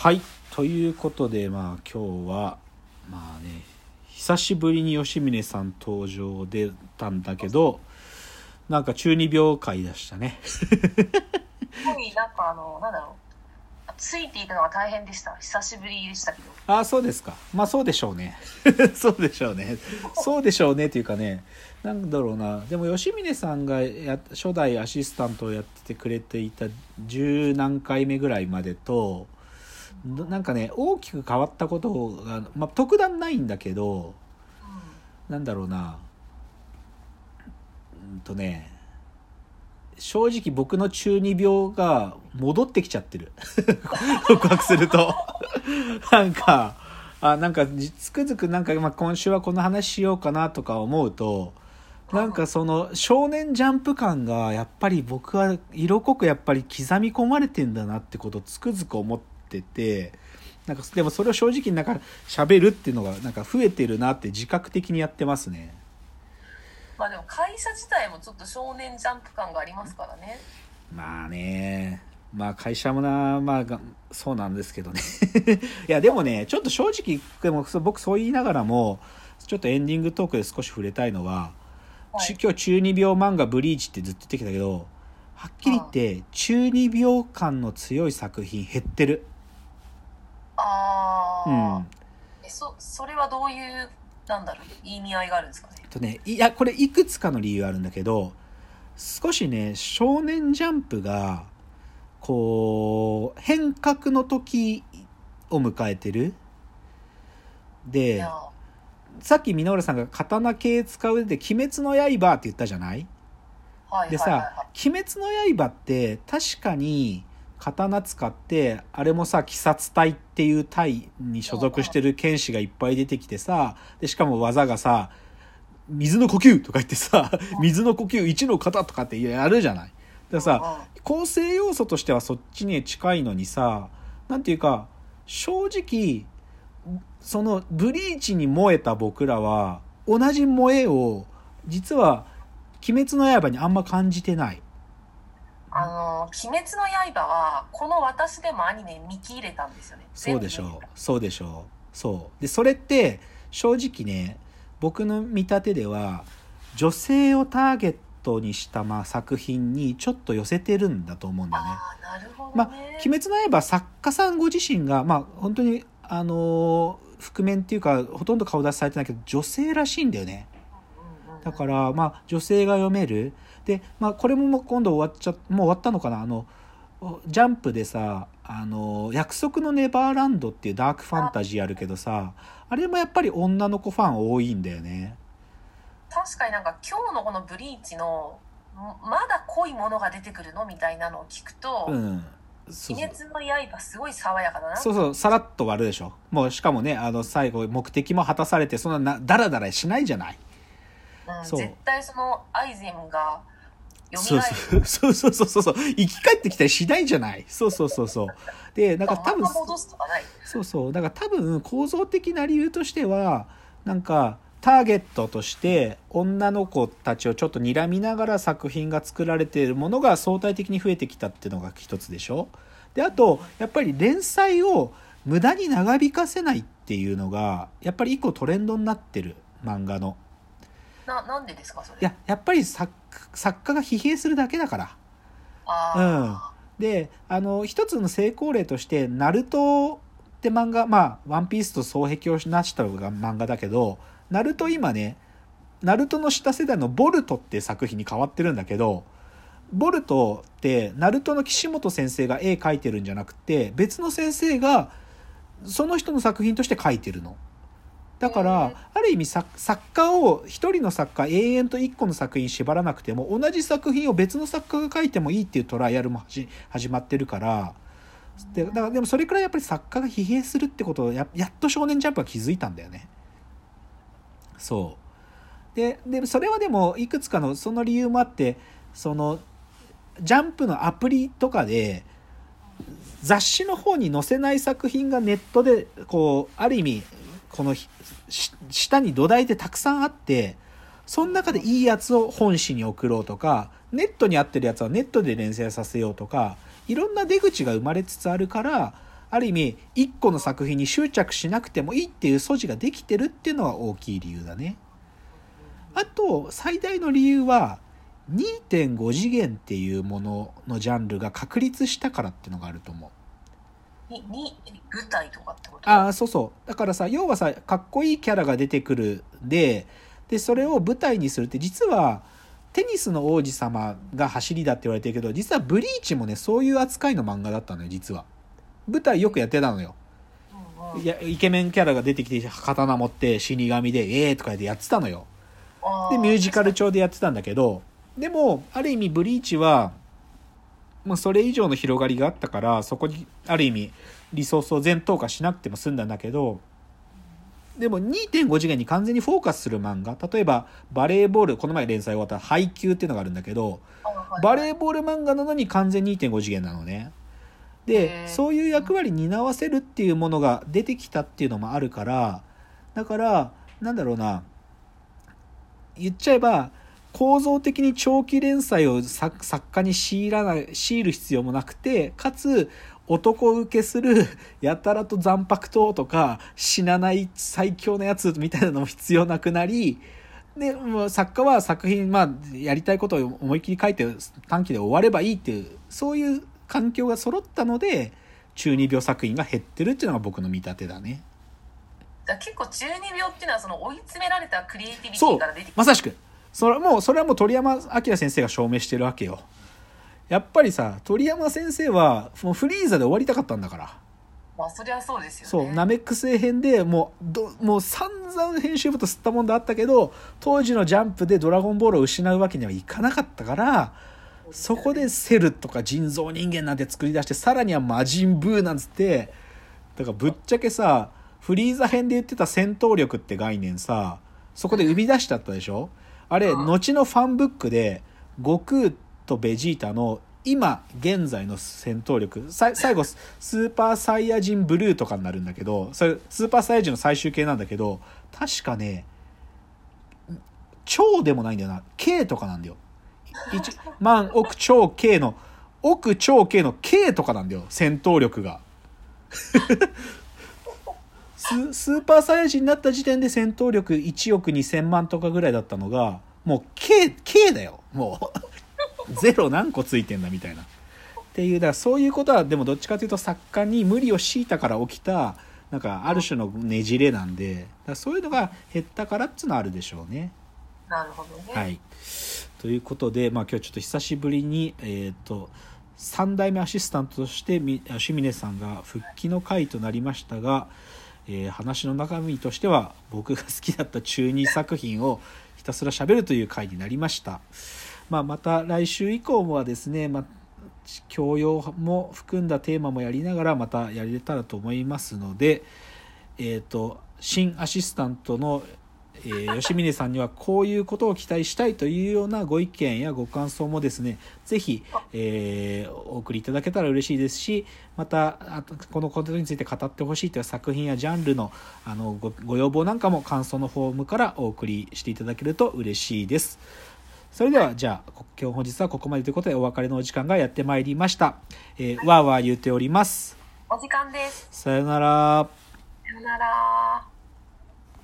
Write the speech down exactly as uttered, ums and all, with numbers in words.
はい、ということで、まあ今日はまあね、久しぶりに吉峰さん登場でたんだけど、なんか中二病会でしたね。 すごいなんかあのなんだろう、ついていくのが大変でした。久しぶりでしたけど。 ああ、そうですか。まあそうでしょうね。そうでしょうね。そうでしょうねっていうかね、なんだろうな。でも吉峰さんがや初代アシスタントをやっててくれていた十何回目ぐらいまでと、なんかね大きく変わったことが、まあ、特段ないんだけど、なんだろうな、うんとね正直僕の中二病が戻ってきちゃってる。告白するとなんかあなんかつくづくなんか、まあ、今週はこの話しようかなとか思うと、なんかその少年ジャンプ感がやっぱり僕は色濃くやっぱり刻み込まれてんだなってことをつくづく思ってて、なんかでもそれを正直なんか喋るっていうのがなんか増えてるなって自覚的にやってますね。 まあでも会社自体もちょっと少年ジャンプ感がありますからね。 まあね、まあ会社もな、まあそうなんですけどね。いやでもね、ちょっと正直でも僕そう言いながらもちょっとエンディングトークで少し触れたいのは、はい、今日中二病漫画ブリーチってずっと言ってきたけど、はっきり言って中二病感の強い作品減ってる。 ああ、 うん。 えそそれはどういうなんだろう意味合いがあるんですかね。 とね、いやこれいくつかの理由あるんだけど、少しね少年ジャンプがこう変革の時を迎えてる。でさっき箕浦さんが刀系使うで鬼滅の刃って言ったじゃない。 はい、 でさ、はいはいはい、鬼滅の刃って確かに刀使ってあれもさ鬼殺隊っていう隊に所属してる剣士がいっぱい出てきてさ、でしかも技がさ水の呼吸とか言ってさ、水の呼吸一の型とかってやるじゃない。だからさ、構成要素としてはそっちに近いのにさ、なんていうか正直そのブリーチに燃えた僕らは同じ燃えを実は鬼滅の刃にあんま感じてない。 あの鬼滅の刃はこの私でもアニメ見切れたんですよね。 そうでしょうそうでしょうそうで、それって正直ね、僕の見立てでは女性をターゲットにしたまあ作品にちょっと寄せてるんだと思うんだよね。 あ、なるほどね。 まあ鬼滅の刃作家さんご自身がまあ本当にあのー、覆面っていうかほとんど顔出しされてないけど女性らしいんだよね。だからまあ女性が読める。でまあこれも今度終わっちゃもう終わったのかな、あのジャンプでさ、あの約束のネバーランドっていうダークファンタジーあるけどさ、あれもやっぱり女の子ファン多いんだよね。 確かになんか今日のこのブリーチのまだ濃いものが出てくるのみたいなのを聞くと、うん、そうそう鬼滅の刃すごい爽やかだな。 そうそう、さらっと終わるでしょ。もうしかもね、あの最後目的も果たされて、そんなダラダラしないじゃない。 うん、そう絶対そのアイゼンが蘇る。そうそうそうそうそう生き返ってきたりしないじゃない。そうそうそうそう。でなんか多分そうそうだから多分構造的な理由としてはなんかターゲットとして女の子たちをちょっと睨みながら作品が作られているものが相対的に増えてきたっていうのが一つでしょ。であとやっぱり連載を無駄に長引かせないっていうのがやっぱり一個トレンドになってる漫画の。 な, なんでですかそれ。 いややっぱり 作, 作家が疲弊するだけだから。 あ、 うん、であの一つの成功例としてナルトって漫画、まあワンピースと双璧をなした漫画だけど、ナルト今ねナルトの下世代のボルトって作品に変わってるんだけど、ボルトってナルトの岸本先生が絵描いてるんじゃなくて別の先生がその人の作品として描いてるの。だからある意味作家を一人の作家永遠と一個の作品縛らなくても同じ作品を別の作家が書いてもいいっていうトライアルも始まってるから。でだからでもそれくらいやっぱり作家が疲弊するってことを や, やっと少年ジャンプは気づいたんだよね。そうででそれはでもいくつかのその理由もあって、そのジャンプのアプリとかで雑誌の方に載せない作品がネットでこうある意味この下に土台でたくさんあって、その中でいいやつを本誌に送ろうとか、ネットに合ってるやつはネットで連載させようとか、いろんな出口が生まれつつあるから、 ある意味一個の作品に執着しなくてもいいっていう素地ができてるっていうのが大きい理由だね。あと最大の理由は にてんご 次元っていうもののジャンルが確立したからっていうのがあると思う。 にに舞台とかってこと？ ああ、そうそう。だからさ、要はさ、かっこいいキャラが出てくるで、でそれを舞台にするって、実はテニスの王子様が走りだって言われてるけど、実はブリーチもねそういう扱いの漫画だったのよ。実は舞台よくやってたのよ。いや、イケメンキャラが出てきて刀持って死神でえーとかやってやってたのよ。でミュージカル調でやってたんだけど、でもある意味ブリーチはもうそれ以上の広がりがあったから、そこにある意味リソースを全投下しなくても済んだんだけど、でも にてんご 次元に完全にフォーカスする漫画、例えばバレーボール、この前連載終わった配球っていうのがあるんだけど、バレーボール漫画なのに完全 にてんご 次元なのね。でそういう役割に担わせるっていうものが出てきたっていうのもあるから、だからなんだろうな、言っちゃえば構造的に長期連載を作家に強いらない強いる必要もなくて、かつ男受けするやたらと残白刀とか死なない最強のやつみたいなのも必要なくなり、でもう作家は作品、まあ、やりたいことを思いっきり書いて短期で終わればいいっていう、そういう環境が揃ったので中二病作品が減ってるっていうのが僕の見立てだね。 だ結構中二病っていうのはその追い詰められたクリエイティビティから出てきて、 まさしくそれもうそれはもう鳥山明先生が証明してるわけよ。やっぱりさ、鳥山先生はもうフリーザで終わりたかったんだから。 まあそりゃそうですよね。 そうナメック星編でもうどもう散々編集部と吸ったもんであったけど、当時のジャンプでドラゴンボールを失うわけにはいかなかったから、そこでセルとか人造人間なんて作り出して、さらには魔人ブーなんつって、だからぶっちゃけさ、フリーザ編で言ってた戦闘力って概念さ、そこで生み出しちゃったでしょ。あれ後のファンブックで悟空とベジータの今現在の戦闘力、最後スーパーサイヤ人ブルーとかになるんだけど、それスーパーサイヤ人の最終形なんだけど、確かね超でもないんだよな、 K とかなんだよ。万億超 K の億超 K の K とかなんだよ、戦闘力がス, スーパーサイヤ人になった時点で戦闘力いちおくにせんまんとかぐらいだったのが、もう K, K だよ、もうゼロ何個ついてんだみたいなっていう、だからそういうことはでもどっちかというと作家に無理を強いたから起きたなんかある種のねじれなんで、だからそういうのが減ったからっていうのはあるでしょうね。 なるほどね。 はい、ということで、まあ、今日ちょっと久しぶりに、えー、とさん代目アシスタントとして吉峰さんが復帰の回となりましたが、えー、話の中身としては僕が好きだった中二作品をひたすら喋るという回になりました。まあ、また来週以降はですね、まあ、教養も含んだテーマもやりながらまたやれたらと思いますので、えー、と新アシスタントのえー、吉峰さんにはこういうことを期待したいというようなご意見やご感想もですね、ぜひ、えー、お送りいただけたら嬉しいですし、またあとこのことについて語ってほしいという作品やジャンルの、あの ご, ご要望なんかも感想のフォームからお送りしていただけると嬉しいです。それではじゃあ今日本日はここまでということでお別れのお時間がやってまいりました。えー、わーわー言っております。 お時間です。 さよなら。 さよなら。